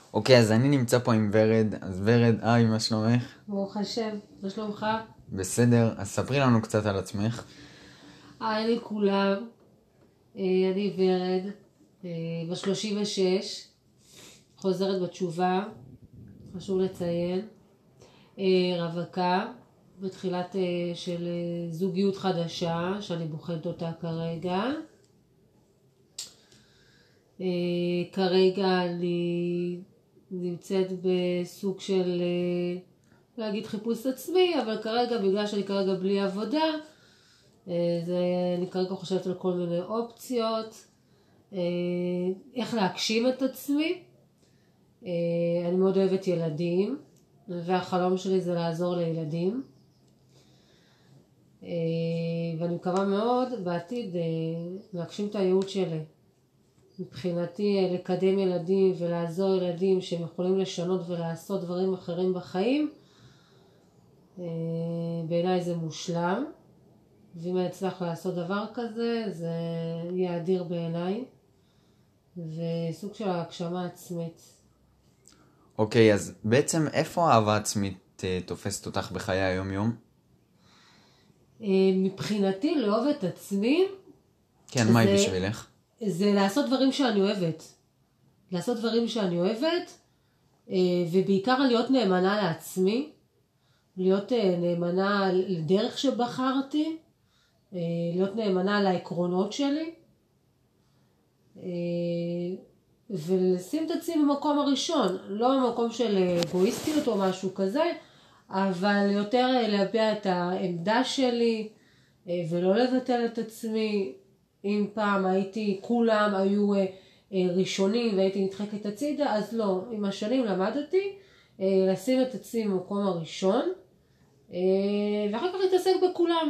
אוקיי, אז אני נמצא פה עם ורד. אז ורד, היי, מה שלומך? ברוך השם, מה שלומך? בסדר, אז ספרי לנו קצת על עצמך. היי לכולם, אני ורד, בת 36, חוזרת בתשובה, חשוב לציין, רווקה, בתחילת של זוגיות חדשה, שאני בוחנת אותה כרגע. כרגע אני נמצאת בסוג של, להגיד חיפוש עצמי, אבל כרגע, בגלל שאני כרגע בלי עבודה, אני כרגע חושבת על כל מיני אופציות, איך להגשים את עצמי. אני מאוד אוהבת ילדים, והחלום שלי זה לעזור לילדים. ואני מקווה מאוד בעתיד להגשים את הייעוד שלי. מבחינתי לקדם ילדים ולעזור ילדים שהם יכולים לשנות ולעשות דברים אחרים בחיים, בעיניי זה מושלם. ואם אני אצליח לעשות דבר כזה, זה יהיה אדיר בעיניי. וסוג של הגשמה עצמית. אוקיי, אז בעצם איפה האהבה עצמית תופסת אותך בחיי היום-יום? מבחינתי לאהוב את עצמי, כן, מה היא בשבילך? זה לעשות דברים שאני אוהבת. לעשות דברים שאני אוהבת, ובעיקר להיות נאמנה לעצמי, להיות נאמנה לדרך שבחרתי, להיות נאמנה לעקרונות שלי, ולשים את עצמי במקום הראשון, לא במקום של אגואיסטיות או משהו כזה, אבל יותר להביע את העמדה שלי, ולא לבטל את עצמי. אם פעם כולם היו ראשונים והייתי נדחקת הצידה, אז לא, עם השנים למדתי לשים את עצמי במקום הראשון, ואחר כך להתעסק בכולם.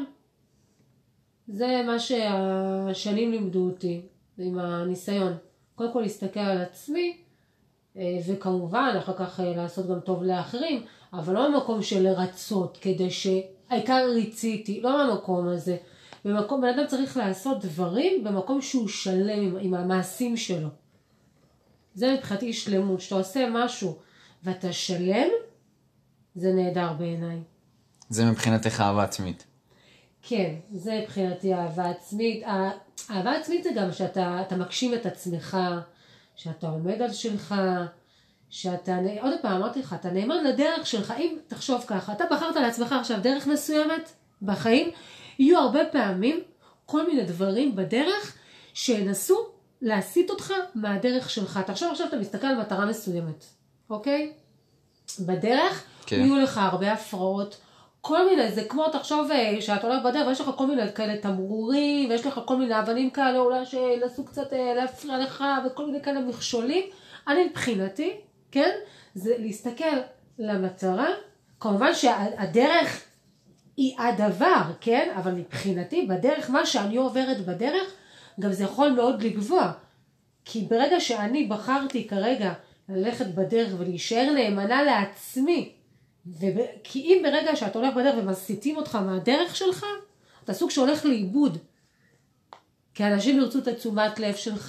זה מה שהשנים לימדו אותי עם הניסיון. קודם כל להסתכל על עצמי, וכמובן אחר כך לעשות גם טוב לאחרים, אבל לא במקום של לרצות, כדי שהעיקר ריציתי, לא במקום הזה. בן אדם צריך לעשות דברים במקום שהוא שלם עם המעשים שלו. זה מבחינתי שלמות. שאתה עושה משהו ואתה שלם, זה נהדר בעיניי. זה מבחינתך אהבה עצמית. כן, זה מבחינתי אהבה עצמית. אהבה עצמית זה גם שאתה מגשים את עצמך, שאתה עומד על שלך, שאתה, עוד פעם אמרתי לך, אתה נאמן לדרך שלך. אם תחשוב ככה, אתה בחרת לעצמך עכשיו דרך מסוימת בחיים, יהיו הרבה פעמים כל מיני דברים בדרך שינסו להסיט אותך מהדרך שלך. תחשוב עכשיו אתה מסתכל על מטרה מסוימת, אוקיי? בדרך יהיו לך הרבה הפרעות, כל מיני, זה כמו תחשוב שאת הולך בדרך ויש לך כל מיני כאלה תמרורים, ויש לך כל מיני אבנים כאלה אולי שנסו קצת להפריע לך, וכל מיני כאלה מכשולים. אני מבחינתי, כן, זה להסתכל למטרה, כמובן שהדרך היא הדבר, כן? אבל מבחינתי בדרך, מה שאני עוברת בדרך, גם זה יכול מאוד לגבוה. כי ברגע שאני בחרתי כרגע ללכת בדרך ולהישאר נאמנה לעצמי, כי אם ברגע שאתה הולך בדרך ומסיתים אותך מהדרך שלך, אתה סוג שהולך לאיבוד. כי אנשים ירצו את תשומת לב שלך,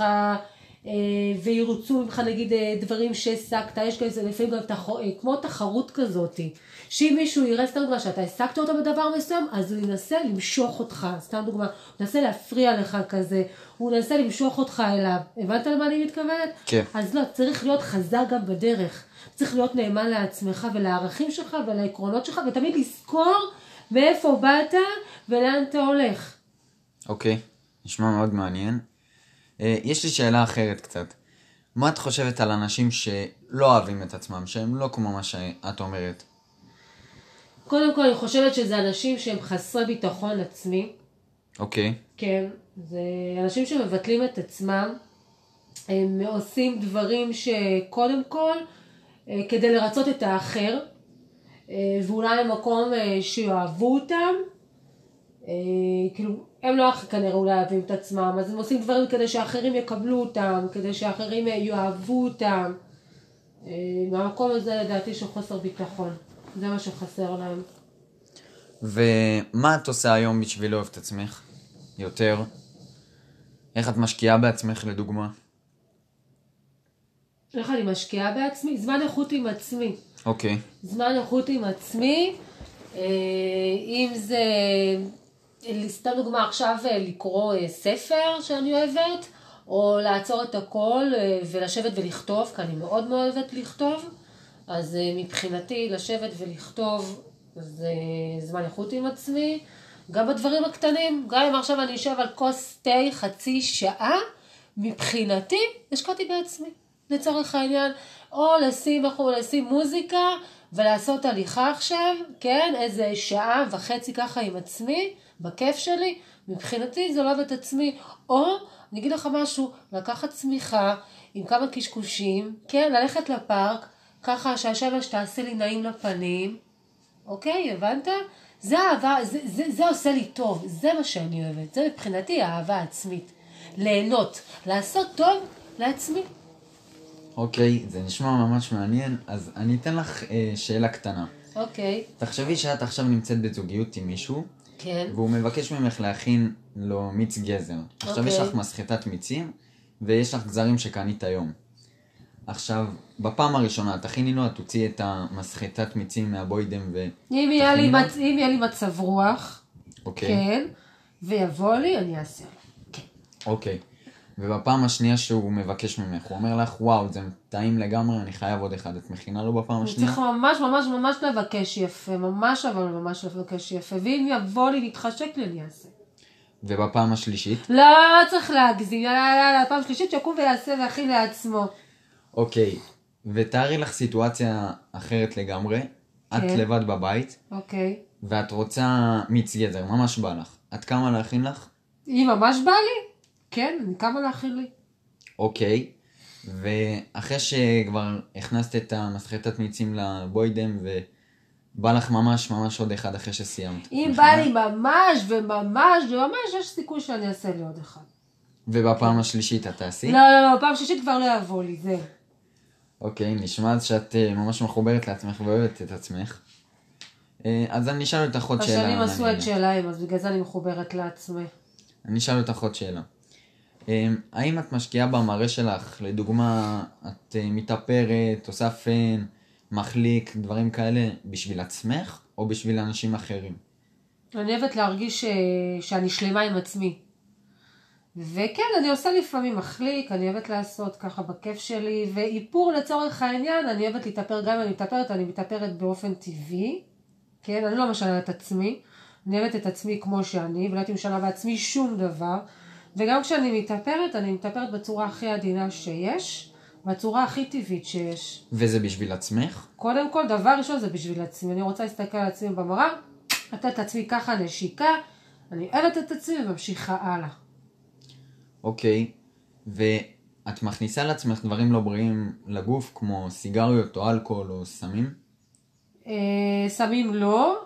וירצו ממך נגיד דברים שהשגת. יש כזה לפעמים גם כמו תחרות כזאת, שאם מישהו יראה סתם דוגמה שאתה השגת אותו בדבר מסוים, אז הוא ינסה למשוך אותך, סתם דוגמה, הוא ינסה להפריע לך כזה, הוא ינסה למשוך אותך אליו. הבנת למה אני מתכוונת? כן. אז לא, צריך להיות חזק גם בדרך, צריך להיות נאמן לעצמך ולערכים שלך ולעקרונות שלך, ותמיד לזכור מאיפה באת ולאן אתה הולך. אוקיי, נשמע מאוד מעניין. יש לי שאלה אחרת קצת. מה את חושבת על אנשים שלא אוהבים את עצמם, שהם לא כמו מה שאת אומרת? קודם כל אני חושבת שזה אנשים שהם חסרי ביטחון עצמי. אוקיי. כן, זה אנשים שמבטלים את עצמם, הם עושים דברים שקודם כל כדי לרצות את האחר, ואולי במקום שיאהבו אותם, כאילו הם לא כנראה אולי אוהבים את עצמם, אז הם עושים דברים כדי שאחרים יקבלו אותם, כדי שאחרים יאהבו אותם. מהמקום הזה לדעתי של חוסר ביטחון, זה מה שחסר להם. ומה את עושה היום בשביל לאהוב את עצמך? יותר? איך את משקיעה בעצמך לדוגמה? איך אני משקיעה בעצמי? זמן איכות עם עצמי. אוקיי. זמן איכות עם עצמי, אם זה, סתם דוגמה עכשיו לקרוא ספר שאני אוהבת, או לעצור את הכל ולשבת ולכתוב, כי אני מאוד מאוד אוהבת לכתוב, אז מבחינתי לשבת ולכתוב זה זמן איכות עם עצמי, גם בדברים הקטנים, גם אם עכשיו אני אשב על כוס תה חצי שעה, מבחינתי השקעתי בעצמי, לצורך העניין, או לשים מוזיקה ולעשות הליכה עכשיו, כן, איזה שעה וחצי ככה עם עצמי, בכיף שלי, מבחינתי זה לא אוהב את עצמי, או אני אגיד לך משהו, לקחת צמיחה עם כמה קשקושים, כן, ללכת לפארק, ככה שהשמש תעשה לי נעים לפנים, אוקיי, הבנת? זה אהבה, זה עושה לי טוב, זה מה שאני אוהבת, זה מבחינתי האהבה עצמית, ליהנות, לעשות טוב לעצמי. אוקיי, זה נשמע ממש מעניין, אז אני אתן לך שאלה קטנה. אוקיי. תחשבי שאת עכשיו נמצאת בזוגיות עם מישהו, כן. והוא מבקש ממך להכין לו מיץ גזר. עכשיו יש לך מסחטת מיצים, ויש לך גזרים שקנית היום. עכשיו, בפעם הראשונה, תכיני לו, תוציאי את המסחטת מיצים מהבוידם אם יהיה לי מצב רוח, אוקיי. כן, ויבוא לי, אני אעשה לו. כן. אוקיי. ובפעם השנייה שהוא מבקש ממך, הוא אומר לך, וואו, זה טעים לגמרי, אני חייב עוד אחד. את מכינה לו בפעם השנייה? צריך ממש ממש ממש לבקש יפה, ממש אבל ממש לבקש יפה, ואם יבוא לי, להתחשק לי, אני אעשה. ובפעם השלישית? לא צריך להגזים, פעם שלישית שיקום ויעשה והכין לעצמו. אוקיי, ותארי לך סיטואציה אחרת לגמרי, את לבד בבית, אוקיי. ואת רוצה מיץ גזר, ממש בא לך. את כמה להכין לך? אם ממש בא לי? כן, אני כמה להכין לי. אוקיי, ואחרי שכבר הכנסת את המסחטת מיצים לבוידם, ובא לך ממש ממש עוד אחד אחרי שסיימת. אם בא לי ממש וממש וממש, יש סיכוי שאני אעשה לי עוד אחד. ובפעם השלישית את תעשי? לא, פעם שלישית כבר לא יבוא לי, זה. אוקיי, נשמע שאת ממש מחוברת לעצמך ואוהבת את עצמך. אז אני אשאל אותך עוד שאלה. השנים עשו את שלהם, אז בגלל זה אני מחוברת לעצמי. אני אשאל אותך עוד שאלה. האם את משקיעה במראה שלך, לדוגמה, את מתאפרת, עושה פן, מחליק, דברים כאלה, בשביל עצמך או בשביל אנשים אחרים? אני אוהבת להרגיש שאני שלמה עם עצמי. וכן, אני עושה לפעמים מחליק, אני אוהבת לעשות ככה בכיף שלי, ואיפור לצורך העניין, אני אוהבת להתאפר, גם אם אני מתאפרת, אני מתאפרת באופן טבעי, כן, אני לא משנה את עצמי, אני אוהבת את עצמי כמו שאני, ולא הייתי משנה בעצמי שום דבר, וגם כשאני מתאפרת, אני מתאפרת בצורה הכי עדינה שיש, בצורה הכי טבעית שיש. וזה בשביל עצמך? קודם כל, דבר ראשון זה בשביל עצמי, אני רוצה להסתכל על עצמי במראה, לתת את עצמי ככה נשיקה, אני אוהבת את עצמי וממשיכה הלאה. אוקיי, ואת מכניסה לעצמך דברים לא בריאים לגוף, כמו סיגריות או אלכוהול או סמים? סמים לא,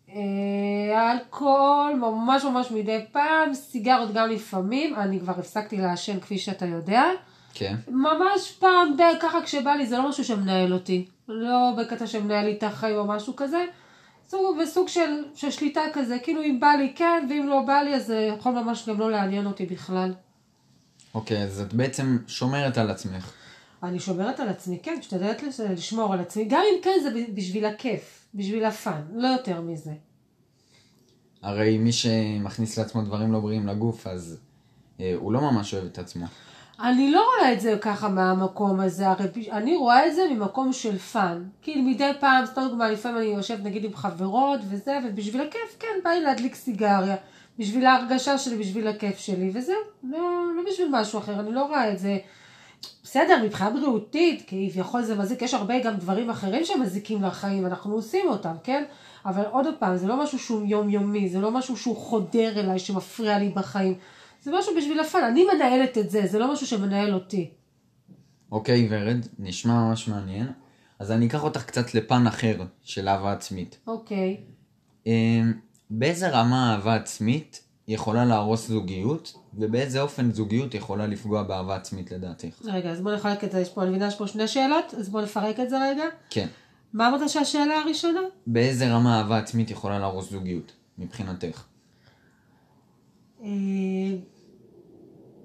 אלכוהול ממש ממש מדי פעם, סיגרות גם לפעמים, אני כבר הפסקתי לעשן כפי שאתה יודע. כן. ממש פעם ככה כשבא לי, זה לא משהו שמנהל אותי, לא בקטע שמנהל לי את החיים או משהו כזה, בסוג של שליטה כזה, כאילו אם בא לי כן, ואם לא בא לי אז זה יכול ממש גם לא לעניין אותי בכלל. אוקיי, אז את בעצם שומרת על עצמך. אני שומרת על עצמי, כן, משתדלת לשמור על עצמי, גם אם כן זה בשביל הכיף, בשביל הפן, לא יותר מזה. הרי מי שמכניס לעצמו דברים לא בריאים לגוף, אז הוא לא ממש אוהב את עצמו. אני לא רואה את זה ככה מהמקום הזה, הרי אני רואה את זה ממקום של פן. כאילו מדי פעם, סתם דוגמה, לפעמים אני יושבת נגיד עם חברות וזה, ובשביל הכיף, כן, בא לי להדליק סיגריה. בשביל ההרגשה שלי, בשביל הכיף שלי, וזהו, לא בשביל משהו אחר, אני לא רואה את זה. בסדר, מבחינה בריאותית, כי יכול זה מזיק, יש הרבה גם דברים אחרים שמזיקים לחיים, אנחנו עושים אותם, כן? אבל עוד פעם, זה לא משהו שהוא יומיומי, זה לא משהו שהוא חודר אליי, שמפריע לי בחיים. זה משהו בשביל הפן, אני מנהלת את זה, זה לא משהו שמנהל אותי. אוקיי, ורד, נשמע ממש מעניין. אז אני אקח אותך קצת לפן אחר של אהבה עצמית. אוקיי. באיזה רמה אהבה עצמית יכולה להרוס זוגיות, ובאיזה אופן זוגיות יכולה לפגוע באהבה עצמית לדעתך? רגע, אז בוא נחלק את זה, אני מבינה שיש פה שני שאלות, אז בוא נפרק את זה רגע. כן. מה אמרת שהשאלה הראשונה? באיזה רמה אהבה עצמית יכולה להרוס זוגיות, מבחינתך?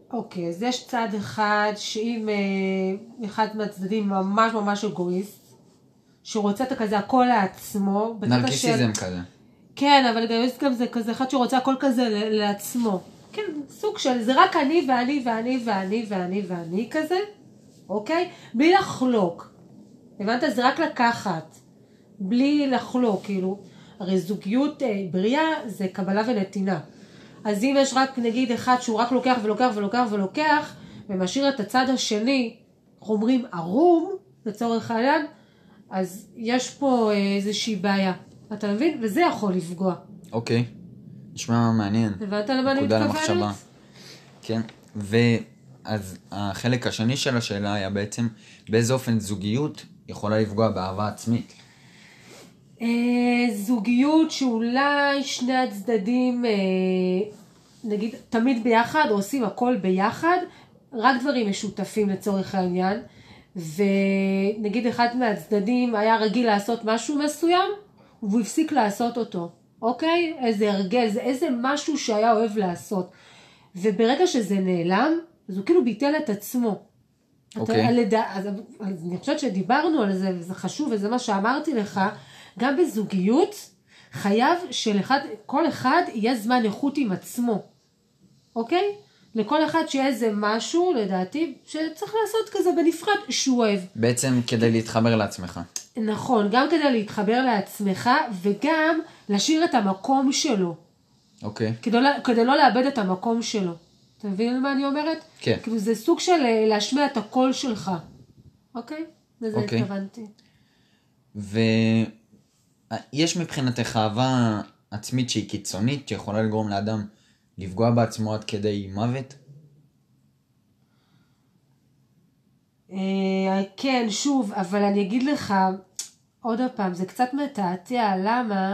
אוקיי, אז יש צד אחד שאם אחד מהצדדים ממש ממש אגואיסט, שרוצה את כזה הכל לעצמו. נרקיסיזם כזה. כן, אבל גם זה כזה אחד שרוצה הכל כזה לעצמו. כן, סוג של, זה רק אני ואני ואני ואני ואני ואני כזה, אוקיי? בלי לחלוק. הבנת? זה רק לקחת. בלי לחלוק, כאילו. הרי זוגיות בריאה זה קבלה ונתינה. אז אם יש רק נגיד אחד שהוא רק לוקח ולוקח ולוקח ולוקח, ומשאיר את הצד השני, אנחנו אומרים ערום, לצורך העניין, אז יש פה איזושהי בעיה. אתה מבין? וזה יכול לפגוע. אוקיי. נשמע מעניין. הבנת למה אני מתכוונת? כן. ואז החלק השני של השאלה היה בעצם, באיזה אופן זוגיות יכולה לפגוע באהבה עצמית? זוגיות שאולי שני הצדדים, נגיד, תמיד ביחד, או עושים הכל ביחד, רק דברים משותפים לצורך העניין, ונגיד אחד מהצדדים היה רגיל לעשות משהו מסוים, והוא הפסיק לעשות אותו, אוקיי? איזה הרגל, איזה משהו שהיה אוהב לעשות. וברגע שזה נעלם, אז הוא כאילו ביטל את עצמו. אוקיי. אז אני חושבת שדיברנו על זה, וזה חשוב, וזה מה שאמרתי לך, גם בזוגיות חייב כל אחד יהיה זמן איכות עם עצמו, אוקיי? לכל אחד שיהיה איזה משהו, לדעתי, שצריך לעשות כזה בנפרד שהוא אוהב. בעצם כדי להתחבר לעצמך. נכון, גם כדי להתחבר לעצמך, וגם להשאיר את המקום שלו. אוקיי. כדי לא לאבד את המקום שלו. אתה מבין מה אני אומרת? כן. כאילו זה סוג של להשמיע את הקול שלך. אוקיי? לזה התכוונתי. ויש מבחינתך אהבה עצמית שהיא קיצונית, שיכולה לגרום לאדם לפגוע בעצמו עד כדי מוות? כן, שוב, אבל אני אגיד לך, עוד פעם, זה קצת מתעתע, למה?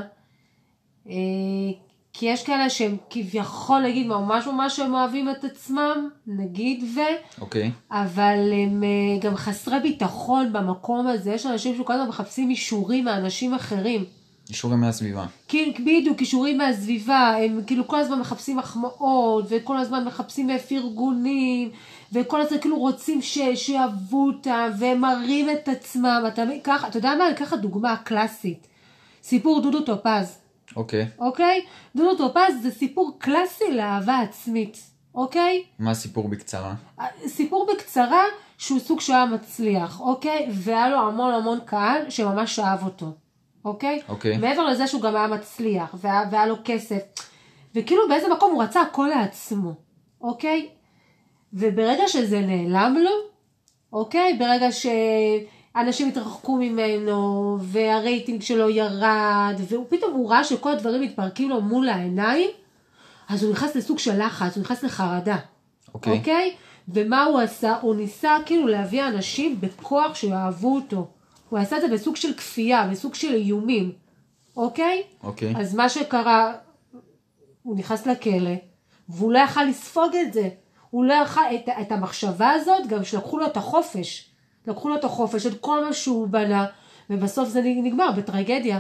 כי יש כאלה שהם כביכול, נגיד, ממש ממש הם אוהבים את עצמם, נגיד, אוקיי. אבל הם גם חסרי ביטחון במקום הזה, יש אנשים שכל הזמן מחפשים אישורים מאנשים אחרים. אישורים מהסביבה. כן, בדיוק, אישורים מהסביבה, הם כאילו כל הזמן מחפשים מחמאות, וכל הזמן מחפשים פרגונים, וכל הזמן כאילו רוצים שיאהבו אותם, והם מראים את עצמם, אתה יודע מה? אני אקח דוגמה קלאסית, סיפור דודו טופז. אוקיי. אוקיי? דודו טופז זה סיפור קלאסי לאהבה עצמית, אוקיי? מה הסיפור בקצרה? סיפור בקצרה שהוא סוג שהיה מצליח, אוקיי? והיה לו המון המון קהל שממש אהב אותו. אוקיי? אוקיי. מעבר לזה שהוא גם היה מצליח, והיה לו כסף. וכאילו באיזה מקום הוא רצה הכל לעצמו. אוקיי? וברגע שזה נעלם לו, אוקיי? ברגע שאנשים התרחקו ממנו, והרייטינג שלו ירד, ופתאום הוא ראה שכל הדברים מתפרקים לו מול העיניים, אז הוא נכנס לסוג של לחץ, הוא נכנס לחרדה. אוקיי. אוקיי? ומה הוא עשה? הוא ניסה כאילו להביא אנשים בכוח שיאהבו אותו. הוא עשה את זה בסוג של כפייה, בסוג של איומים, אוקיי? אוקיי. אז מה שקרה, הוא נכנס לכלא, והוא לא יכל לספוג את זה. הוא לא יכל את המחשבה הזאת, גם שלקחו לו את החופש. לקחו לו את החופש, את כל מה שהוא בנה, ובסוף זה נגמר בטרגדיה.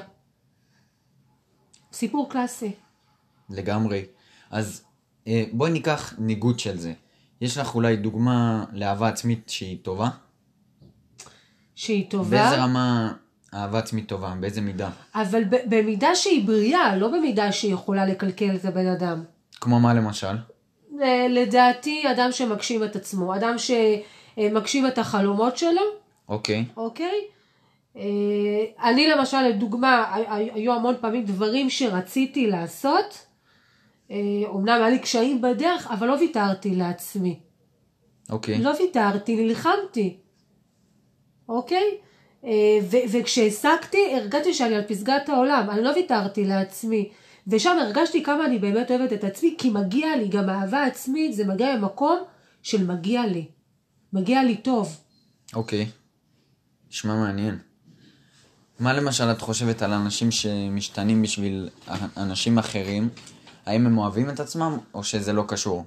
סיפור קלאסי. לגמרי. אז בואי ניקח ניגוד של זה. יש לך אולי דוגמה לאהבה עצמית שהיא טובה? שהיא טובה. באיזה רמה אהבה עצמית טובה? באיזה מידה? אבל במידה שהיא בריאה, לא במידה שהיא יכולה לקלקל את הבן אדם. כמו מה למשל? לדעתי, אדם שמגשים את עצמו, אדם שמגשים את החלומות שלו. אוקיי. אוקיי? אני למשל, לדוגמה, היו המון פעמים דברים שרציתי לעשות, אומנם היה לי קשיים בדרך, אבל לא ויתרתי לעצמי. אוקיי. לא ויתרתי, נלחמתי. אוקיי? וכשהשגתי, הרגשתי שאני על פסגת העולם, אני לא ויתרתי לעצמי. ושם הרגשתי כמה אני באמת אוהבת את עצמי, כי מגיע לי, גם אהבה עצמית, זה מגיע ממקום של מגיע לי. מגיע לי טוב. אוקיי. נשמע מעניין. מה למשל את חושבת על אנשים שמשתנים בשביל אנשים אחרים? האם הם אוהבים את עצמם או שזה לא קשור?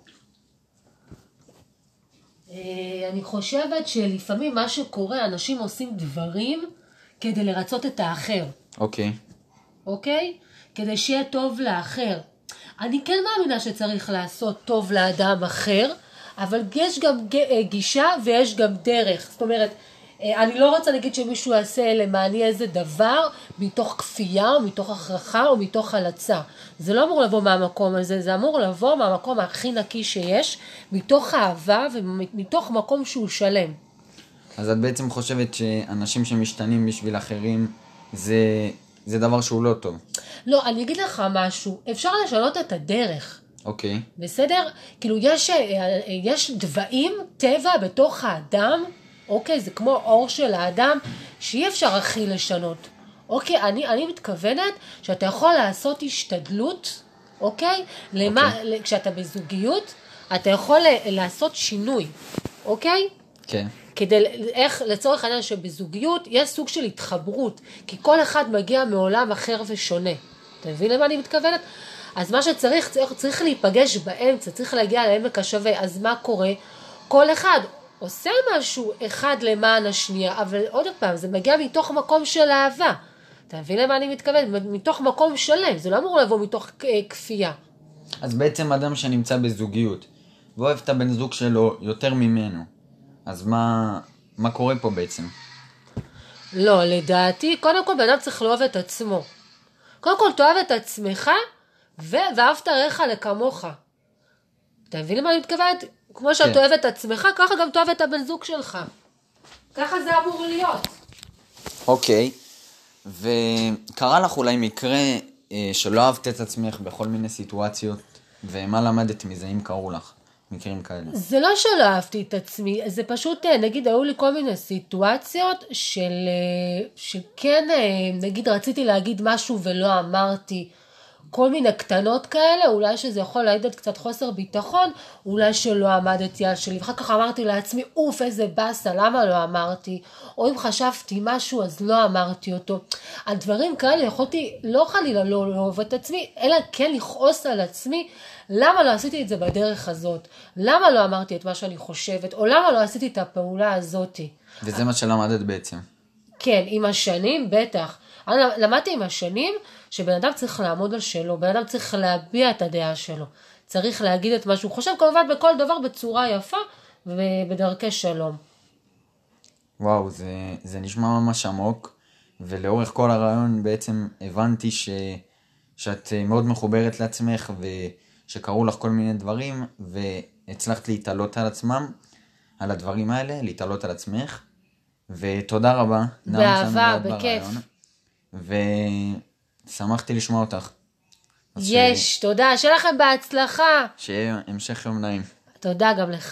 אני חושבת שלפעמים מה שקורה, אנשים עושים דברים כדי לרצות את האחר. אוקיי. אוקיי? כדי שיהיה טוב לאחר. אני כן מאמינה שצריך לעשות טוב לאדם אחר, אבל יש גם גישה ויש גם דרך. זאת אומרת, אני לא רוצה להגיד שמישהו יעשה למעני איזה דבר מתוך כפייה או מתוך הכרחה או מתוך הלצה. זה לא אמור לבוא מהמקום הזה, זה אמור לבוא מהמקום הכי נקי שיש, מתוך אהבה ומתוך מקום שהוא שלם. אז את בעצם חושבת שאנשים שמשתנים בשביל אחרים זה דבר שהוא לא טוב. לא, אני אגיד לך משהו, אפשר לשנות את הדרך. אוקיי. בסדר? כאילו יש דברים, טבע בתוך האדם, אוקיי? זה כמו אור של האדם, שאי אפשר הכי לשנות. אוקיי? אני מתכוונת שאתה יכול לעשות השתדלות, אוקיי? כשאתה בזוגיות, אתה יכול לעשות שינוי, אוקיי? כן. כדי, לצורך העניין שבזוגיות יש סוג של התחברות, כי כל אחד מגיע מעולם אחר ושונה. אתה מבין למה אני מתכוונת? אז מה שצריך, צריך להיפגש באמצע, צריך להגיע לעמק השווה. אז מה קורה? כל אחד עושה משהו אחד למען השנייה, אבל עוד פעם, זה מגיע מתוך מקום של אהבה. אתה מבין למה אני מתכוונת? מתוך מקום שלם, זה לא אמור לבוא מתוך כפייה. אז בעצם אדם שנמצא בזוגיות, ואוהב את הבן זוג שלו יותר ממנו, אז מה קורה פה בעצם? לא, לדעתי, קודם כל בן אדם צריך לאהוב את עצמו. קודם כל תאהב את עצמך, ואהבת רעך לכמוך. אתה מבין למה אני מתכוונת? כמו שאתה אוהב את עצמך, ככה גם תאהב את הבן זוג שלך. ככה זה אמור להיות. אוקיי. וקרה לך אולי מקרה שלא אהבת את עצמך בכל מיני סיטואציות, ומה למדת מזה אם קראו לך מקרים כאלה? זה לא שלא אהבתי את עצמי, זה פשוט, נגיד, היו לי כל מיני סיטואציות שכן, נגיד, רציתי להגיד משהו ולא אמרתי, כל מיני קטנות כאלה, אולי שזה יכול להעיד קצת חוסר ביטחון, אולי שלא עמדתי על שלי, ואחר כך אמרתי לעצמי, אוף, איזה בסה, למה לא אמרתי? או אם חשבתי משהו, אז לא אמרתי אותו. על דברים כאלה יכולתי, לא חלילה לא לאהוב את עצמי, אלא כן לכעוס על עצמי, למה לא עשיתי את זה בדרך הזאת? למה לא אמרתי את מה שאני חושבת? או למה לא עשיתי את הפעולה הזאת? וזה מה שלמדת בעצם. כן, עם השנים, בטח. אני למדתי עם השנים שבן אדם צריך לעמוד על שלו, בן אדם צריך להביע את הדעה שלו, צריך להגיד את מה שהוא חושב, כמובן בכל דבר בצורה יפה ובדרכי שלום. וואו, זה נשמע ממש עמוק, ולאורך כל הרעיון בעצם הבנתי שאת מאוד מחוברת לעצמך, ושקראו לך כל מיני דברים, והצלחת להתעלות על עצמם, על הדברים האלה, להתעלות על עצמך, ותודה רבה. באהבה, בכיף. ושמחתי לשמוע אותך. תודה, שיהיה לכם בהצלחה. שיהיה המשך יום נעים. תודה גם לך.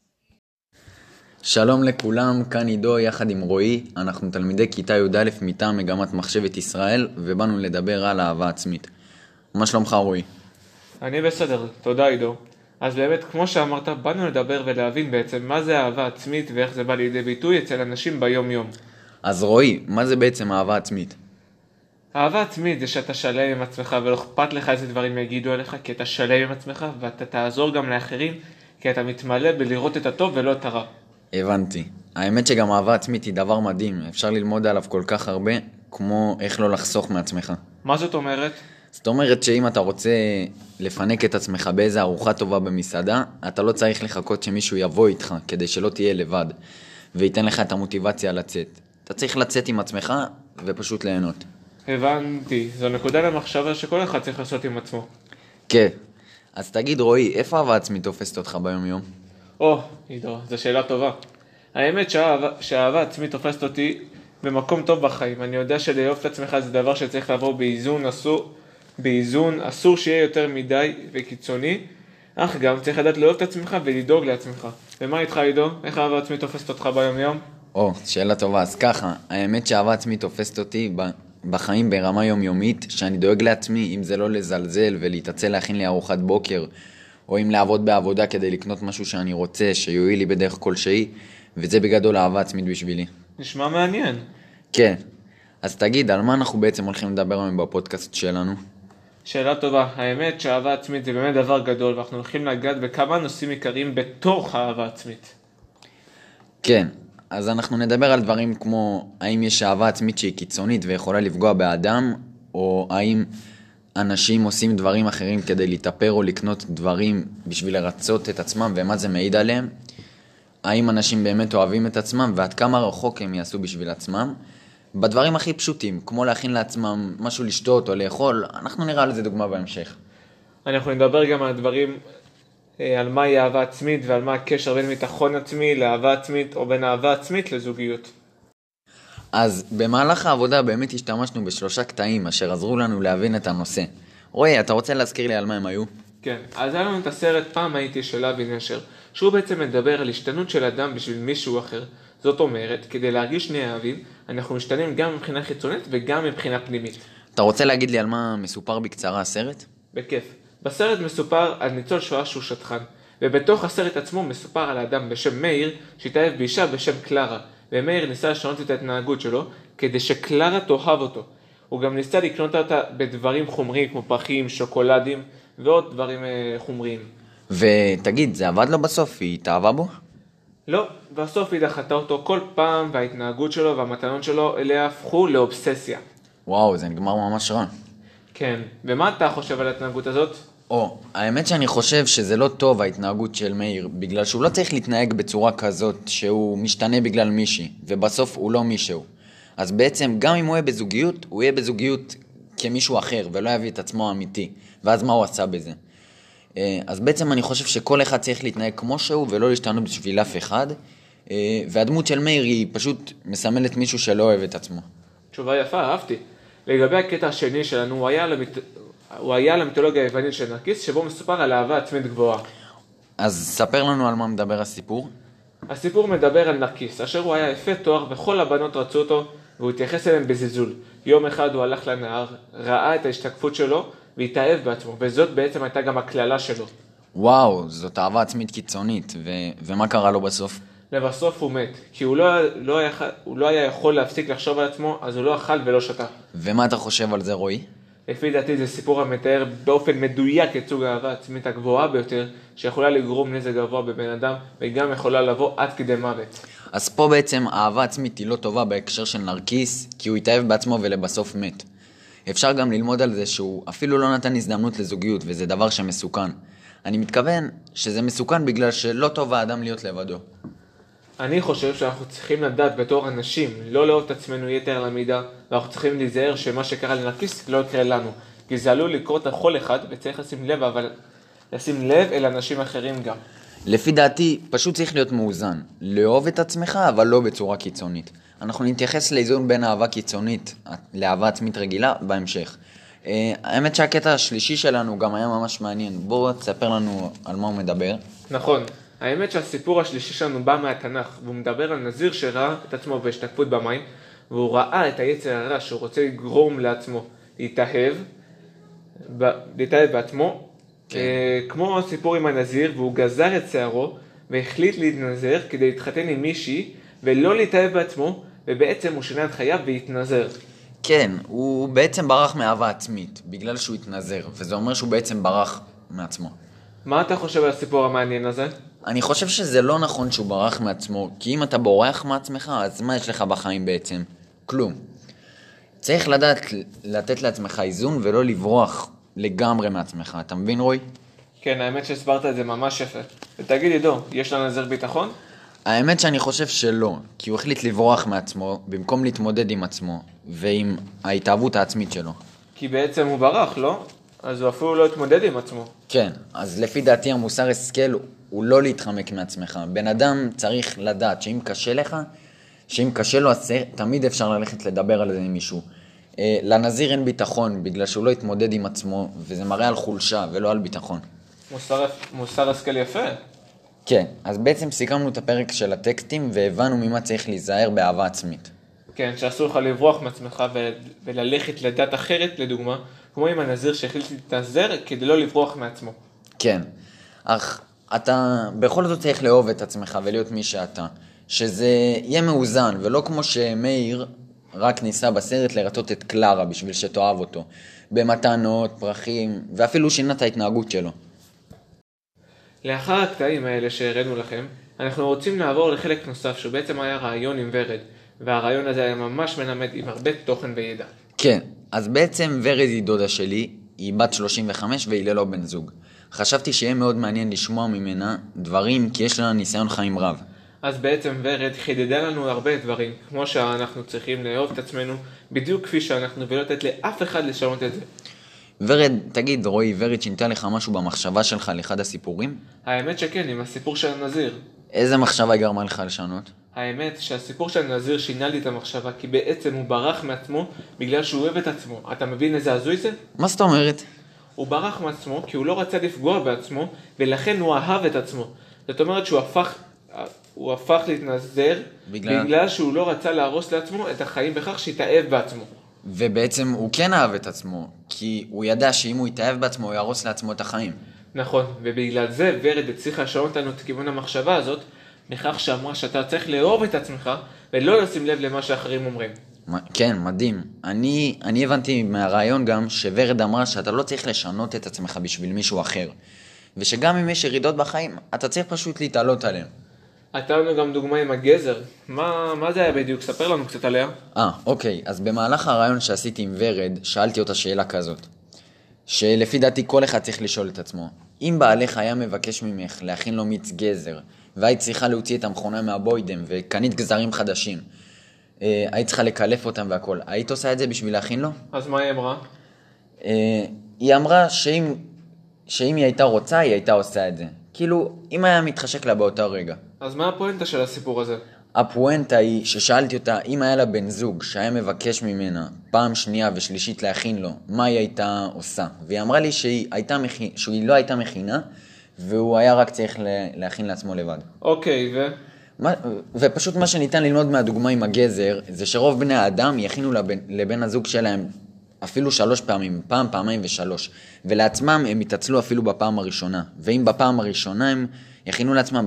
שלום לכולם, כאן עידו יחד עם רועי, אנחנו תלמידי כיתה י"א מטעם מגמת מחשבת ישראל, ובאנו לדבר על אהבה עצמית. מה שלומך רועי? אני בסדר, תודה עידו. אז באמת, כמו שאמרת, באנו לדבר ולהבין בעצם מה זה אהבה עצמית ואיך זה בא לידי ביטוי אצל אנשים ביום יום. אז רועי, מה זה בעצם אהבה עצמית? אהבה עצמית זה שאתה שלם עם עצמך ולא אכפת לך איזה דברים יגידו עליך, כי אתה שלם עם עצמך ואתה תעזור גם לאחרים, כי אתה מתמלא בלראות את הטוב ולא את הרע. הבנתי. האמת שגם אהבה עצמית היא דבר מדהים, אפשר ללמוד עליו כל כך הרבה, כמו איך לא לחסוך מעצמך. מה זאת אומרת? זאת אומרת שאם אתה רוצה לפנק את עצמך באיזה ארוחה טובה במסעדה, אתה לא צריך לחכות שמישהו יבוא איתך, כדי שלא תהיה לבד, וייתן לך את המוטיבציה לצאת. אתה צריך לצאת עם עצמך ופשוט ליהנות. הבנתי, זו נקודה למחשבה שכל אחד צריך לעשות עם עצמו. כן. אז תגיד רועי, איפה אהבה עצמית תופסת אותך ביום יום? עידו, זו שאלה טובה. האמת שהאהבה עצמית תופסת אותי במקום טוב בחיים. אני יודע שלאהוב את עצמך זה דבר שצריך לעבור באיזון, אסור שיהיה יותר מדי וקיצוני, אך גם צריך לדעת לאהוב את עצמך ולדאוג לעצמך. ומה איתך עידו? איך אהבה עצמית תופסת אותך ביום יום? שאלה טובה. אז ככה, האמת שאהבה עצמית תופסת אותי בחיים ברמה יומיומית, שאני דואג לעצמי, אם זה לא לזלזל ולהתעצל להכין לי ארוחת בוקר, או אם לעבוד בעבודה כדי לקנות משהו שאני רוצה, שיועיל לי בדרך כלשהי, וזה בגדול אהבה עצמית בשבילי. נשמע מעניין. כן. אז תגיד, על מה אנחנו בעצם הולכים לדבר היום בפודקאסט שלנו? שאלה טובה. האמת שאהבה עצמית זה באמת דבר גדול, ואנחנו הולכים לגעת בכמה נושאים עיקריים בתוך האהבה עצמית. כן. אז אנחנו נדבר על דברים כמו האם יש אהבה עצמית שהיא קיצונית ויכולה לפגוע באדם, או האם אנשים עושים דברים אחרים כדי להתאפר או לקנות דברים בשביל לרצות את עצמם ומה זה מעיד עליהם? האם אנשים באמת אוהבים את עצמם ועד כמה רחוק הם יעשו בשביל עצמם? בדברים הכי פשוטים, כמו להכין לעצמם משהו לשתות או לאכול, אנחנו נראה לזה דוגמה בהמשך. אנחנו נדבר גם על דברים, על מהי אהבה עצמית ועל מה הקשר בין ביטחון עצמי לאהבה עצמית או בין אהבה עצמית לזוגיות. אז במהלך העבודה באמת השתמשנו ב3 קטעים אשר עזרו לנו להבין את הנושא. רועי, אתה רוצה להזכיר לי על מה הם היו? כן, אז היה לנו את הסרט פעם הייתי של אבי נשר, שהוא בעצם מדבר על השתנות של אדם בשביל מישהו אחר. זאת אומרת, כדי להרגיש נאהבים, אנחנו משתנים גם מבחינה חיצונית וגם מבחינה פנימית. אתה רוצה להגיד לי על מה מסופר בקצרה הסרט? בכיף. בסרט מסופר על ניצול שואה שהוא שטחן, ובתוך הסרט עצמו מסופר על אדם בשם מאיר שהתאהב באישה בשם קלרה, ומאיר ניסה לשנות את ההתנהגות שלו כדי שקלרה תאהב אותו. הוא גם ניסה לקנות אותה בדברים חומריים כמו פרחים, שוקולדים ועוד דברים חומריים. ותגיד, זה עבד לו בסוף? היא התאהבה בו? לא, בסוף היא דחתה אותו כל פעם, וההתנהגות שלו והמתנות שלו אליה הפכו לאובססיה. וואו, זה נגמר ממש רע. כן, ומה אתה חושב על ההתנהגות הזאת? האמת שאני חושב שזה לא טוב ההתנהגות של מאיר, בגלל שהוא לא צריך להתנהג בצורה כזאת שהוא משתנה בגלל מישהי, ובסוף הוא לא מישהו. אז בעצם גם אם הוא יהיה בזוגיות, הוא יהיה בזוגיות כמישהו אחר, ולא יביא את עצמו האמיתי. ואז מה הוא עשה בזה? אז בעצם אני חושב שכל אחד צריך להתנהג כמו שהוא, ולא להשתנות בשביל אף אחד. והדמות של מאיר היא פשוט מסמלת מישהו שלא אוהב את עצמו. תשובה יפה, אהבתי. לגבי הקטע השני שלנו, הוא היה למיתולוגיה היוונית של נרקיס, שבו מסופר על אהבה עצמית גבוהה. אז ספר לנו על מה מדבר הסיפור. הסיפור מדבר על נרקיס, אשר הוא היה יפה תואר וכל הבנות רצו אותו, והוא התייחס אליהם בזלזול. יום אחד הוא הלך לנהר, ראה את ההשתקפות שלו, והתאהב בעצמו, וזאת בעצם הייתה גם הכללה שלו. וואו, זאת אהבה עצמית קיצונית, ומה קרה לו בסוף? לבסוף הוא מת, כי הוא לא היה יכול להפסיק לחשוב על עצמו, אז הוא לא אכל ולא שתה. ומה אתה חושב על זה, רועי? לפי דעתי זה סיפור המתאר באופן מדויק את סוג האהבה העצמית הגבוהה ביותר, שיכולה לגרום נזק גבוה בבן אדם, וגם יכולה לבוא עד כדי מוות. אז פה בעצם אהבה עצמית היא לא טובה בהקשר של נרקיס, כי הוא התאהב בעצמו ולבסוף מת. אפשר גם ללמוד על זה שהוא אפילו לא נתן הזדמנות לזוגיות, וזה דבר שמסוכן. אני מתכוון שזה מסוכן בגלל שלא טוב האדם להיות לבדו. אני חושב שאנחנו צריכים לדעת בתור אנשים, לא לאהוב את עצמנו יתר על המידה, ואנחנו צריכים להיזהר שמה שקרה לנרקיס לא יקרה לנו, כי זה עלול לקרות לכל אחד, וצריך לשים לב אל אנשים אחרים גם. לפי דעתי, פשוט צריך להיות מאוזן. לאהוב את עצמך, אבל לא בצורה קיצונית. אנחנו נתייחס לאיזון בין אהבה קיצונית לאהבה עצמית רגילה בהמשך. האמת שהקטע השלישי שלנו גם היה ממש מעניין. בוא תספר לנו על מה הוא מדבר. נכון. האמת שהסיפור השלישי שלנו בא מהתנ"ך, והוא מדבר על נזיר שראה את עצמו בהשתקפות במים, והוא ראה את היצר הרע שהוא רוצה לגרום לעצמו להתאהב בעצמו, כן. כמו הסיפור עם הנזיר, והוא גזר את שערו והחליט להתנזר כדי להתחתן עם מישהי ולא להתאהב בעצמו, ובעצם הוא שינה את חייו והתנזר. כן, הוא בעצם ברח מאהבה עצמית, בגלל שהוא התנזר, וזה אומר שהוא בעצם ברח מעצמו. מה אתה חושב על הסיפור המעניין הזה? אני חושב שזה לא נכון שהוא ברח מעצמו, כי אם אתה בורח מעצמך, אז מה יש לך בחיים בעצם? כלום. צריך לדעת לתת לעצמך איזון ולא לברוח לגמרי מעצמך, אתה מבין רוי? כן, האמת שהסברת את זה ממש יפה. ותגיד עידו, יש לנזיר ביטחון? האמת שאני חושב שלא, כי הוא החליט לברוח מעצמו במקום להתמודד עם עצמו ועם ההתאהבות העצמית שלו. כי בעצם הוא ברח, לא? אז הוא אפילו לא התמודד עם עצמו. כן, אז לפי דעתי המוסר השכל הוא לא להתחמק מעצמך. בן אדם צריך לדעת שאם קשה לך, שאם קשה לו, אז תמיד אפשר ללכת לדבר על זה עם מישהו. לנזיר ביטחון בגלל שהוא לא התמודד עם עצמו, וזה מראה על חולשה ולא על ביטחון. מוסר השכל יפה. כן, אז בעצם סיכמנו את הפרק של הטקסטים והבנו ממה צריך להיזהר באהבה עצמית. כן, שאסור לך לברוח מעצמך וללכת לדת אחרת, לדוגמה, כמו עם הנזיר שהחליט להתנזר כדי לא לברוח מעצמו. כן, אך אתה בכל זאת צריך לאהוב את עצמך ולהיות מי שאתה, שזה יהיה מאוזן, ולא כמו שמאיר רק ניסה בסרט לרצות את קלרה בשביל שתאהב אותו, במתנות, פרחים, ואפילו שינה את ההתנהגות שלו. לאחר הקטעים האלה שהראינו לכם, אנחנו רוצים לעבור לחלק נוסף שבעצם היה רעיון עם ורד, והרעיון הזה היה ממש מלמד עם הרבה תוכן וידע. כן, אז בעצם ורד היא דודה שלי, היא בת 35 והיא ללא בן זוג. חשבתי שיהיה מאוד מעניין לשמוע ממנה דברים, כי יש לה ניסיון חיים רב. אז בעצם ורד חידדה לנו הרבה דברים, כמו שאנחנו צריכים לאהוב את עצמנו, בדיוק כפי שאנחנו, ולא לתת לאף אחד לשנות את זה. ורד, תגיד, רועי, ורד שינתה לך משהו במחשבה שלך על אחד הסיפורים? האמת שכן, עם הסיפור של הנזיר. איזה מחשבה היא גרמה לך לשנות? האמת שהסיפור של הנזיר שינה לי את המחשבה, כי בעצם הוא ברח מעצמו בגלל שהוא אוהב את עצמו. אתה מבין איזה הזוי זה? מה זאת אומרת? הוא ברח מעצמו כי הוא לא רצה לפגוע בעצמו, ולכן הוא אהב את עצמו. זאת אומרת שהוא הפך להתנזר בגלל שהוא לא רצה להרוס לעצמו את החיים בכך שהתאהב בעצמו. ובעצם הוא כן אהב את עצמו, כי הוא ידע שאם הוא יתאהב בעצמו הוא ירוס לעצמו את החיים. נכון, ובגלל זה ורד הצליחה לשנות לנו את כיוון המחשבה הזאת, בכך שאמרה שאתה צריך לאהוב את עצמך ולא לשים לב למה שאחרים אומרים. כן, מדהים. אני הבנתי מהרעיון גם שוורד אמרה שאתה לא צריך לשנות את עצמך בשביל מישהו אחר. ושגם אם יש ירידות בחיים, אתה צריך פשוט להתעלות עליהם. הייתה לנו גם דוגמה עם הגזר. מה זה היה בדיוק? ספר לנו קצת עליה. אוקיי. אז במהלך הרעיון שעשיתי עם ורד, שאלתי אותה שאלה כזאת. שלפי דעתי כל אחד צריך לשאול את עצמו. אם בעלך היה מבקש ממך להכין לו מיץ גזר, והיית צריכה להוציא את המכונה מהבוידם וקנית גזרים חדשים, היית צריכה לקלף אותם והכל, היית עושה את זה בשביל להכין לו? אז מה היא אמרה? היא אמרה שאם היא הייתה רוצה, היא הייתה עושה את זה. כאילו, אם היה מתחשק לה באותו רגע. אז מה הפואנטה של הסיפור הזה? הפואנטה היא ששאלתי אותה, אם היה לה בן זוג שהיה מבקש ממנה פעם שנייה ושלישית להכין לו, מה היא הייתה עושה? והיא אמרה לי שהיא לא הייתה מכינה, והוא היה רק צריך להכין לעצמו לבד. אוקיי, ופשוט מה שניתן ללמוד מהדוגמה עם הגזר, זה שרוב בני האדם יכינו לבן הזוג שלהם אפילו 3 פעמים, פעמיים ו3. ולעצמם הם יתעצלו אפילו בפעם הראשונה. ואם בפעם הראשונה הם יכינו לעצמם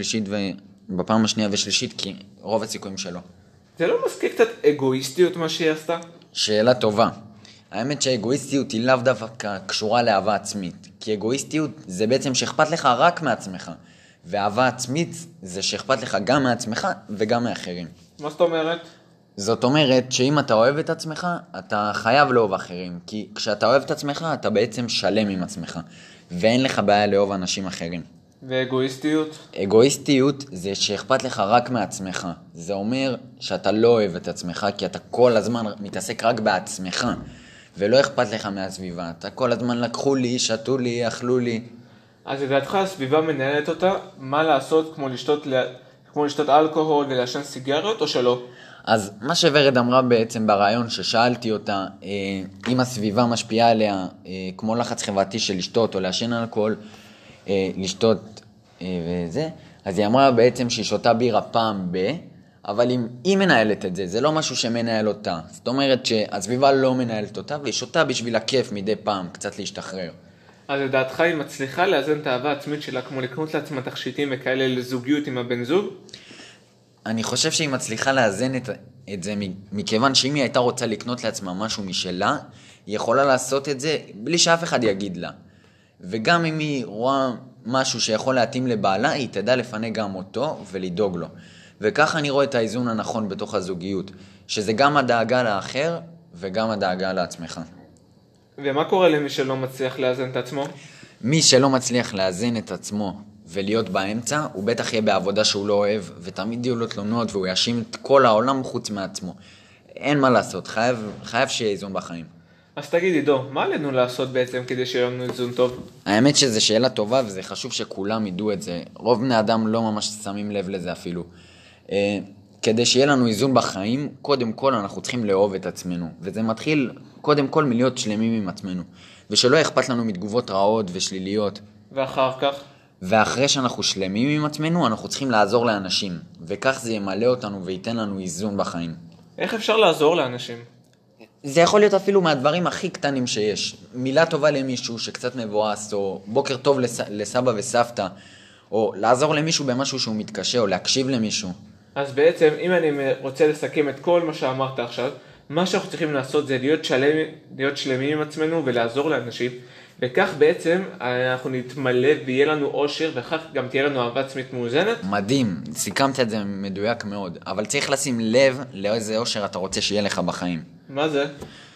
בפעם השנייה ושלישית, כי רוב הסיכויים שלו. זה לא מזכיר קצת אגואיסטיות מה שהיא עשתה? שאלה טובה. האמת שהאגואיסטיות היא לאו דווקא קשורה לאהבה עצמית. כי אגואיסטיות זה בעצם שאכפת לך רק מעצמך. ואהבה עצמית זה שאכפת לך גם מעצמך וגם מאחרים. מה זאת אומרת? זאת אומרת שאם אתה אוהב את עצמך, אתה חייב לאהוב אחרים. כי כשאתה אוהב את עצמך, אתה בעצם שלם עם עצמך. ואין לך בעיה לאהוב אנשים אחרים. ואגואיסטיות? אגואיסטיות זה שאכפת לך רק מעצמך. זה אומר שאתה לא אוהב את עצמך, כי אתה כל הזמן מתעסק רק בעצמך. ולא אכפת לך מהסביבה. אתה כל הזמן לקחו לי, שתו לי, אכלו לי. אז לדעתך הסביבה מנהלת אותה, מה לעשות כמו לשתות אלכוהול ולעשן סיגריות או שלא? אז מה שוורד אמרה בעצם ברעיון ששאלתי אותה, אם הסביבה משפיעה עליה כמו לחץ חברתי של לשתות או לעשן אלכוהול, לשתות וזה, אז היא אמרה בעצם שהיא שותה בירה פעם אבל היא מנהלת את זה, זה לא משהו שמנהל אותה. זאת אומרת שהסביבה לא מנהלת אותה והיא שותה בשביל הכיף מדי פעם, קצת להשתחרר. אז לדעתך היא מצליחה לאזן את האהבה העצמית שלה כמו לקנות לעצמה תכשיטים וכאלה לזוגיות עם הבן זוג? אני חושב שהיא מצליחה לאזן את זה מכיוון שאם היא הייתה רוצה לקנות לעצמה משהו משלה, היא יכולה לעשות את זה בלי שאף אחד יגיד לה. וגם אם היא רואה משהו שיכול להתאים לבעלה, היא תדע לפנק גם אותו ולדאוג לו. וככה אני רואה את האיזון הנכון בתוך הזוגיות, שזה גם הדאגה לאחר וגם הדאגה לעצמך. ומה קורה למי שלא מצליח לאזן את עצמו? מי שלא מצליח לאזן את עצמו ולהיות באמצע, הוא בטח יהיה בעבודה שהוא לא אוהב, ותמיד יהיו לו תלונות, והוא יאשים את כל העולם חוץ מעצמו. אין מה לעשות, חייב שיהיה איזון בחיים. אז תגיד עידו, מה עלינו לעשות בעצם כדי שיהיה לנו איזון טוב? האמת שזו שאלה טובה, וזה חשוב שכולם ידעו את זה. רוב בני אדם לא ממש שמים לב לזה אפילו. כדי שיהיה לנו איזון בחיים, קודם כל אנחנו צריכים לאהוב את עצמנו. וזה מתחיל קודם כל מלהיות שלמים עם עצמנו. ושלא אכפת לנו מתגובות רעות ושליליות. ואחר כך? ואחרי שאנחנו שלמים עם עצמנו, אנחנו צריכים לעזור לאנשים. וכך זה ימלא אותנו וייתן לנו איזון בחיים. איך אפשר לעזור לאנשים? זה יכול להיות אפילו מהדברים הכי קטנים שיש. מילה טובה למישהו שקצת מבואס, או בוקר טוב לסבא וסבתא, או לעזור למישהו במשהו שהוא מתקשה, או להקשיב למישהו. אז בעצם, אם אני רוצה לסכם את כל מה שאמרת עכשיו, מה שאנחנו צריכים לעשות זה להיות שלמים עם עצמנו ולעזור לאנשים, וכך בעצם אנחנו נתמלא ויהיה לנו אושר, וכך גם תהיה לנו אהבה עצמית מאוזנת. מדהים, סיכמת את זה מדויק מאוד, אבל צריך לשים לב לאיזה אושר אתה רוצה שיהיה לך בחיים. מה זה?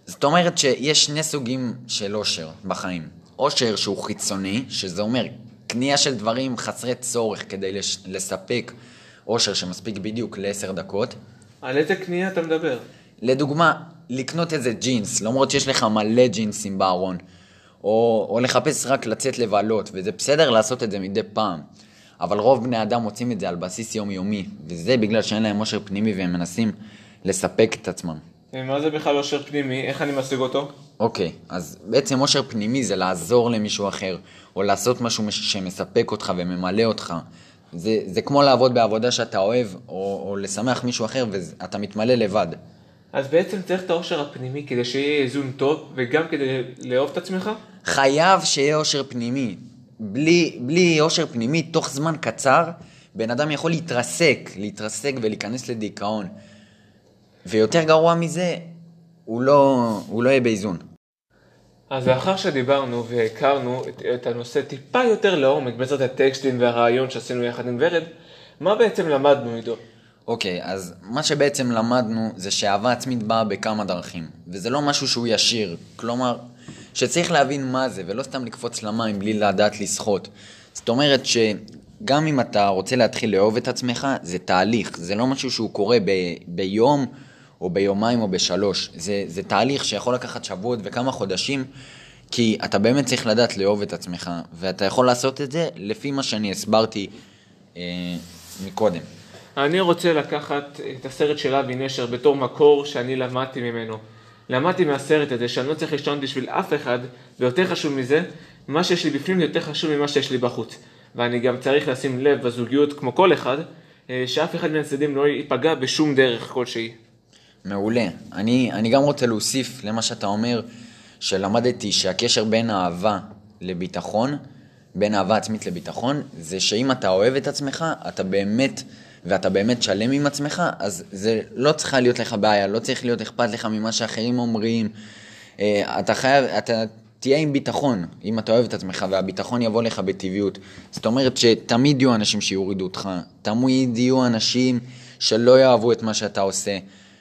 זאת אומרת שיש שני סוגים של אושר בחיים. אושר שהוא חיצוני, שזה אומר קנייה של דברים חסרי צורך כדי לספק אושר שמספיק בדיוק ל10 דקות. על איזה קנייה אתה מדבר? לדוגמה, לקנות איזה ג'ינס, למרות שיש לך מלא ג'ינסים בארון, או לחפש רק לצאת לבלות, וזה בסדר לעשות את זה מדי פעם. אבל רוב בני אדם מוצאים את זה על בסיס יומיומי, וזה בגלל שאין להם אושר פנימי והם מנסים לספק את עצמם. מה זה בכלל אושר פנימי? איך אני משיג אותו? אוקיי, אז בעצם אושר פנימי זה לעזור למישהו אחר, או לעשות משהו שמספק אותך וממלא אותך. זה כמו לעבוד בעבודה שאתה אוהב, או לשמח מישהו אחר, ואתה מתמלא לבד. אז בעצם צריך את האושר הפנימי כדי שיהיה איזון טוב, וגם כדי לאהוב את עצמך? חייב שיהיה אושר פנימי. בלי אושר פנימי, תוך זמן קצר, בן אדם יכול להתרסק ולהיכנס לדיכאון. ויותר גרוע מזה, הוא לא יהיה באיזון. אז לאחר שדיברנו והכרנו את הנושא טיפה יותר לעומק, בעצם הטקסטים והרעיון שעשינו יחד עם ורד, מה בעצם למדנו עידו? אוקיי, אז מה שבעצם למדנו זה שאהבה עצמית באה בכמה דרכים, וזה לא משהו שהוא ישיר, כלומר, שצריך להבין מה זה, ולא סתם לקפוץ למים בלי לדעת לשחות. זאת אומרת שגם אם אתה רוצה להתחיל לאהוב את עצמך, זה תהליך, זה לא משהו שהוא קורה ביום, או ביומיים או בשלוש. זה תהליך שיכול לקחת שבועות וכמה חודשים, כי אתה באמת צריך לדעת לאהוב את עצמך, ואתה יכול לעשות את זה לפי מה שאני הסברתי מקודם. אני רוצה לקחת את הסרט של אבי נשר בתור מקור שאני למדתי ממנו. למדתי מהסרט הזה שאני לא צריך לשתות בשביל אף אחד, ויותר חשוב מזה, מה שיש לי בפנים יותר חשוב ממה שיש לי בחוץ. ואני גם צריך לשים לב בזוגיות כמו כל אחד, שאף אחד מהצדדים לא ייפגע בשום דרך כלשהי. מעולה. אני גם רוצה להוסיף למה שאתה אומר, שלמדתי שהקשר בין אהבה לביטחון, בין אהבה עצמית לביטחון, זה שאם אתה אוהב את עצמך, ואתה באמת שלם עם עצמך, אז זה לא צריכה להיות לך בעיה, לא צריך להיות אכפת לך ממה שאחרים אומרים. אתה תהיה עם ביטחון, אם אתה אוהב את עצמך, והביטחון יבוא לך בטבעיות. זאת אומרת שתמיד יהיו אנשים שיורידו אותך, תמיד יהיו אנשים שלא יאהבו את מה שאתה עושה,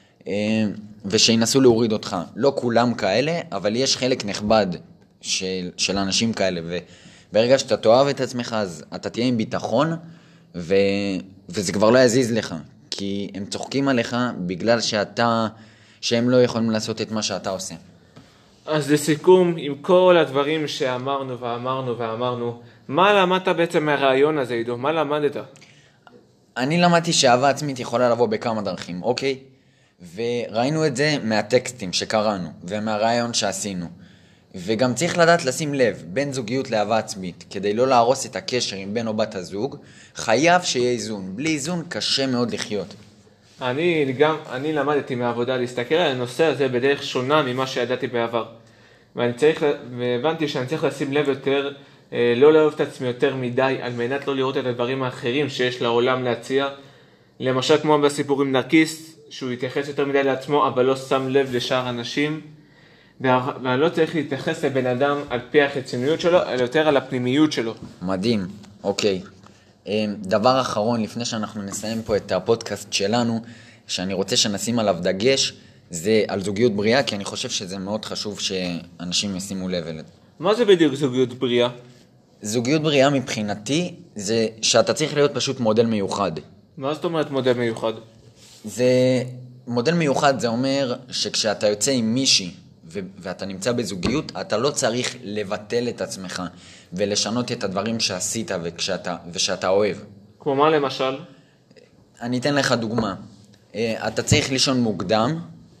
ושינסו להוריד אותך. לא כולם כאלה, אבל יש חלק נכבד של אנשים כאלה, וברגע שאתה תאהב את עצמך, אז אתה תהיה עם ביטחון, וזה כבר לא יזיז לך, כי הם צוחקים עליך בגלל שהם לא יכולים לעשות את מה שאתה עושה. אז לסיכום, עם כל הדברים שאמרנו, מה למדת בעצם מהרעיון הזה, עידו? מה למדת? אני למדתי שאהבה עצמית יכולה לבוא בכמה דרכים, אוקיי? וראינו את זה מהטקסטים שקראנו, ומהרעיון שעשינו. וגם צריך לדעת לשים לב, בין זוגיות לאהבה עצמית, כדי לא להרוס את הקשר עם בן או בת הזוג, חייב שיהיה איזון. בלי איזון קשה מאוד לחיות. אני למדתי מהעבודה להסתכל על הנושא הזה בדרך שונה ממה שידעתי בעבר. והבנתי שאני צריך לשים לב יותר, לא לאהוב את עצמי יותר מדי, על מנת לא לראות את הדברים האחרים שיש לעולם להציע. למשל כמו בסיפור עם נרקיס, שהוא יתייחס יותר מדי לעצמו, אבל לא שם לב לשאר אנשים. ואני לא צריך להתייחס לבן אדם על פי החיצוניות שלו, אלא יותר על הפנימיות שלו. מדהים, אוקיי. דבר אחרון, לפני שאנחנו נסיים פה את הפודקאסט שלנו, שאני רוצה שנשים עליו דגש, זה על זוגיות בריאה, כי אני חושב שזה מאוד חשוב שאנשים ישימו לב אליו. מה זה בדיוק זוגיות בריאה? זוגיות בריאה מבחינתי, זה שאתה צריך להיות פשוט מודל מיוחד. מה זאת אומרת מודל מיוחד? מודל מיוחד זה אומר שכשאתה יוצא עם מישהי, ואתה נמצא בזוגיות, אתה לא צריך לבטל את עצמך, ולשנות את הדברים שעשית ושאתה אוהב. כמו מה למשל? אני אתן לך דוגמה. אתה צריך לישון מוקדם,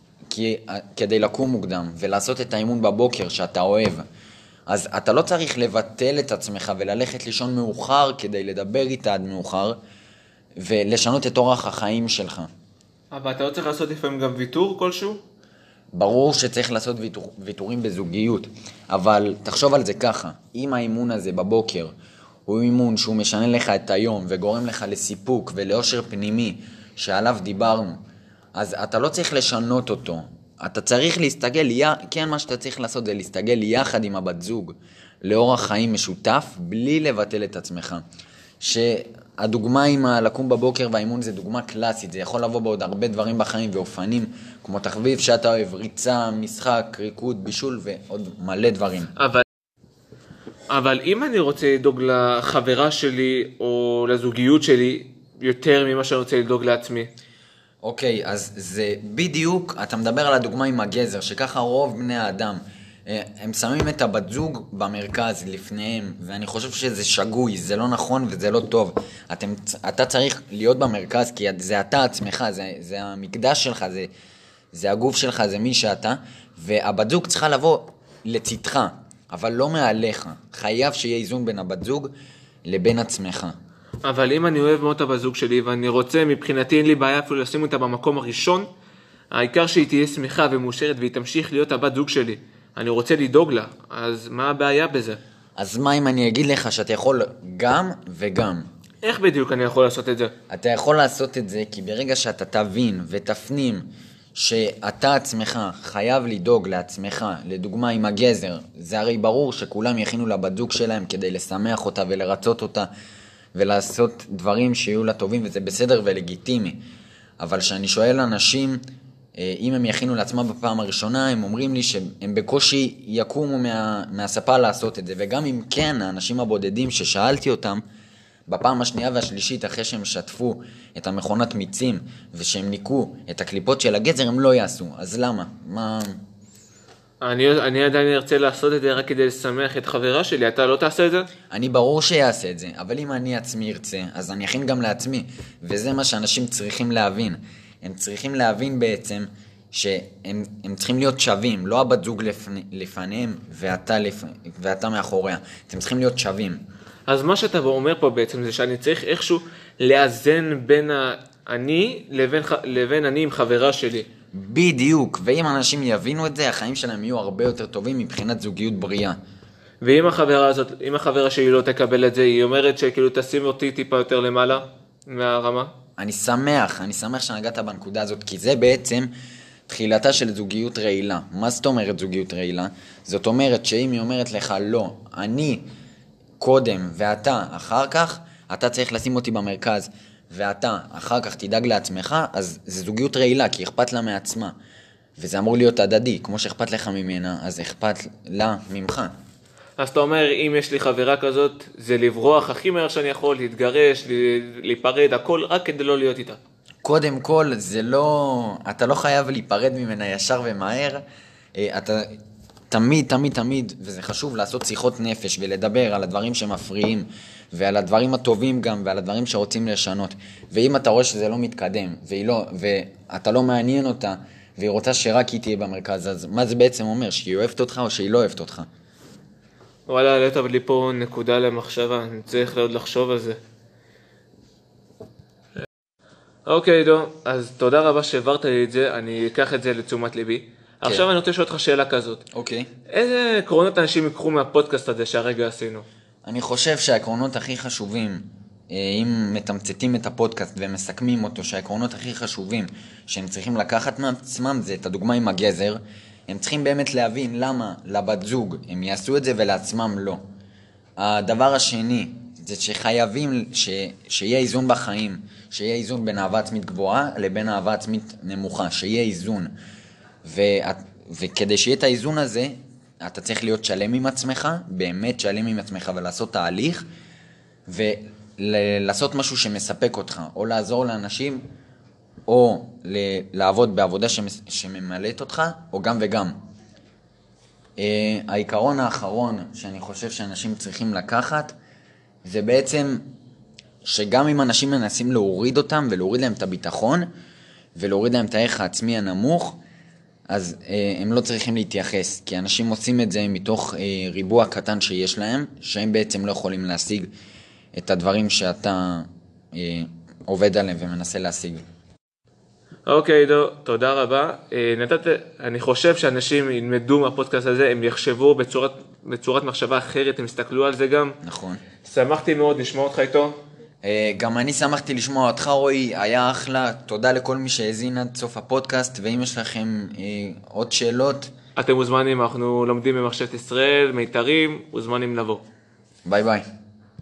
כדי לקום מוקדם, ולעשות את האימון בבוקר שאתה אוהב. אז אתה לא צריך לבטל את עצמך, וללכת לישון מאוחר, כדי לדבר איתה עד מאוחר, ולשנות את אורח החיים שלך. אבל אתה לא צריך לעשות לפעמים גם ויתור כלשהו? ברור שצריך לעשות ויתורים בזוגיות, אבל תחשוב על זה ככה, אם האימון הזה בבוקר הוא אימון שהוא משנה לך את היום וגורם לך לסיפוק ולאושר פנימי שעליו דיברנו, אז אתה לא צריך לשנות אותו, אתה צריך להסתגל, כן, מה שאתה צריך לעשות זה להסתגל יחד עם הבת זוג לאורח חיים משותף בלי לבטל את עצמך. שהדוגמה עם לקום בבוקר והאימון זה דוגמה קלאסית, זה יכול לבוא בעוד הרבה דברים בחיים ואופנים, כמו תחביב שאתה אוהב, ריצה, משחק, ריקוד, בישול ועוד מלא דברים. אבל אם אני רוצה לדאוג לחברה שלי או לזוגיות שלי יותר ממה שאני רוצה לדאוג לעצמי. אוקיי, אז זה בדיוק, אתה מדבר על הדוגמה עם הגזר, שככה רוב בני האדם, הם שמים את הבת זוג במרכז לפניהם, ואני חושב שזה שגוי, זה לא נכון וזה לא טוב. אתה צריך להיות במרכז, כי זה אתה עצמך, זה המקדש שלך, זה הגוף שלך, זה מי שאתה, והבת זוג צריכה לבוא לצדך, אבל לא מעליך. חייב שיהיה איזון בין הבת זוג לבין עצמך. אבל אם אני אוהב מאוד את הבת זוג שלי, ואני רוצה, מבחינתי אין לי בעיה אפילו לשים אותה במקום הראשון, העיקר שהיא תהיה שמחה ומאושרת והיא תמשיך להיות הבת זוג שלי. אני רוצה לדאוג לה, אז מה הבעיה בזה? אז מה אם אני אגיד לך שאתה יכול גם וגם? איך בדיוק אני יכול לעשות את זה? אתה יכול לעשות את זה כי ברגע שאתה תבין ותפנים שאתה עצמך חייב לדאוג לעצמך, לדוגמה עם הגזר, זה הרי ברור שכולם יכינו לבת זוג שלהם כדי לשמח אותה ולרצות אותה ולעשות דברים שיהיו לה טובים, וזה בסדר ולגיטימי. אבל כשאני שואל אנשים, אם הם יכינו לעצמם בפעם הראשונה, הם אומרים לי שהם בקושי יקומו מהספה לעשות את זה. וגם אם כן, האנשים הבודדים ששאלתי אותם, בפעם השנייה והשלישית, אחרי שהם שטפו את המכונת מיצים, ושהם ניקו את הקליפות של הגזר, הם לא יעשו. אז למה? מה... אני עדיין ארצה לעשות את זה רק כדי לשמח את חברה שלי, אתה לא תעשה את זה? אני ברור שיעשה את זה, אבל אם אני עצמי ארצה, אז אני אכין גם לעצמי, וזה מה שאנשים צריכים להבין. הם צריכים להבין בעצם שהם צריכים להיות שווים, לא הבת זוג לפניהם ואתה מאחוריה. אתם צריכים להיות שווים. אז מה שאתה אומר פה בעצם זה שאני צריך איכשהו לאזן בין אני לבין אני עם חברה שלי. בדיוק, ואם אנשים יבינו את זה, החיים שלהם יהיו הרבה יותר טובים מבחינת זוגיות בריאה. ואם החברה שלי לא תקבל את זה, היא אומרת שכאילו תשים אותי טיפה יותר למעלה מהרמה? אני שמח שנגעת בנקודה הזאת, כי זה בעצם תחילתה של זוגיות רעילה. מה זאת אומרת זוגיות רעילה? זאת אומרת שאם היא אומרת לך לא, אני קודם ואתה אחר כך, אתה צריך לשים אותי במרכז, ואתה אחר כך תדאג לעצמך, אז זה זוגיות רעילה, כי אכפת לה מעצמה. וזה אמור להיות הדדי, כמו שאכפת לך ממנה, אז אכפת לה ממך. אז אתה אומר, אם יש לי חברה כזאת, זה לברוח הכי מהר שאני יכול, להתגרש, להיפרד, הכל רק כדי לא להיות איתה. קודם כל, אתה לא חייב להיפרד ממנה ישר ומהר, אתה תמיד, וזה חשוב לעשות שיחות נפש ולדבר על הדברים שמפריעים, ועל הדברים הטובים גם, ועל הדברים שרוצים לשנות. ואם אתה רואה שזה לא מתקדם, ואתה לא מעניין אותה, והיא רוצה שרק היא תהיה במרכז, אז מה זה בעצם אומר? שהיא אוהבת אותך או שהיא לא אוהבת אותך? וואלה, העלית לי פה נקודה למחשבה, אני צריך עוד לחשוב על זה. אוקיי, דו, אז תודה רבה שהעברת לי את זה, אני אקח את זה לתשומת ליבי. עכשיו אני רוצה לשאול אותך שאלה כזאת. אוקיי. איזה עקרונות אנשים יקחו מהפודקאסט הזה שהרגע עשינו? אני חושב שהעקרונות הכי חשובים, אם מתמצתים את הפודקאסט ומסכמים אותו, שהעקרונות הכי חשובים שהם צריכים לקחת מעצמם, זה את הדוגמה עם הגזר. הם צריכים באמת להבין למה לבת זוג הם יעשו את זה ולעצמם לא. הדבר השני, זה שחייבים שיהיה איזון בחיים, שיהיה איזון בין אהבה עצמית גבוהה לבין אהבה עצמית נמוכה, שיהיה איזון. וכדי שיהיה את האיזון הזה, אתה צריך להיות שלם עם עצמך, באמת שלם עם עצמך, ולעשות תהליך, ולעשות משהו שמספק אותך, או לעזור לאנשים, או לעבוד בעבודה שממלאת אותך, או גם וגם. העיקרון האחרון שאני חושב שאנשים צריכים לקחת, זה בעצם שגם אם אנשים מנסים להוריד אותם, ולהוריד להם את הביטחון, ולהוריד להם את הערך העצמי הנמוך, אז הם לא צריכים להתייחס, כי אנשים עושים את זה מתוך ריבוע קטן שיש להם, שהם בעצם לא יכולים להשיג את הדברים שאתה עובד עליהם ומנסה להשיג. אוקיי, דו, תודה רבה. אני חושב שאנשים ילמדו מהפודקאסט הזה, הם יחשבו בצורת מחשבה אחרת, הם יסתכלו על זה גם. נכון. שמחתי מאוד לשמוע אותך איתו. גם אני שמחתי לשמוע אותך, רועי, היה אחלה. תודה לכל מי שהאזין עד סוף הפודקאסט, ואם יש לכם עוד שאלות, אתם מוזמנים, אנחנו לומדים במחשבת ישראל, מיתרים, מוזמנים לבוא. ביי ביי.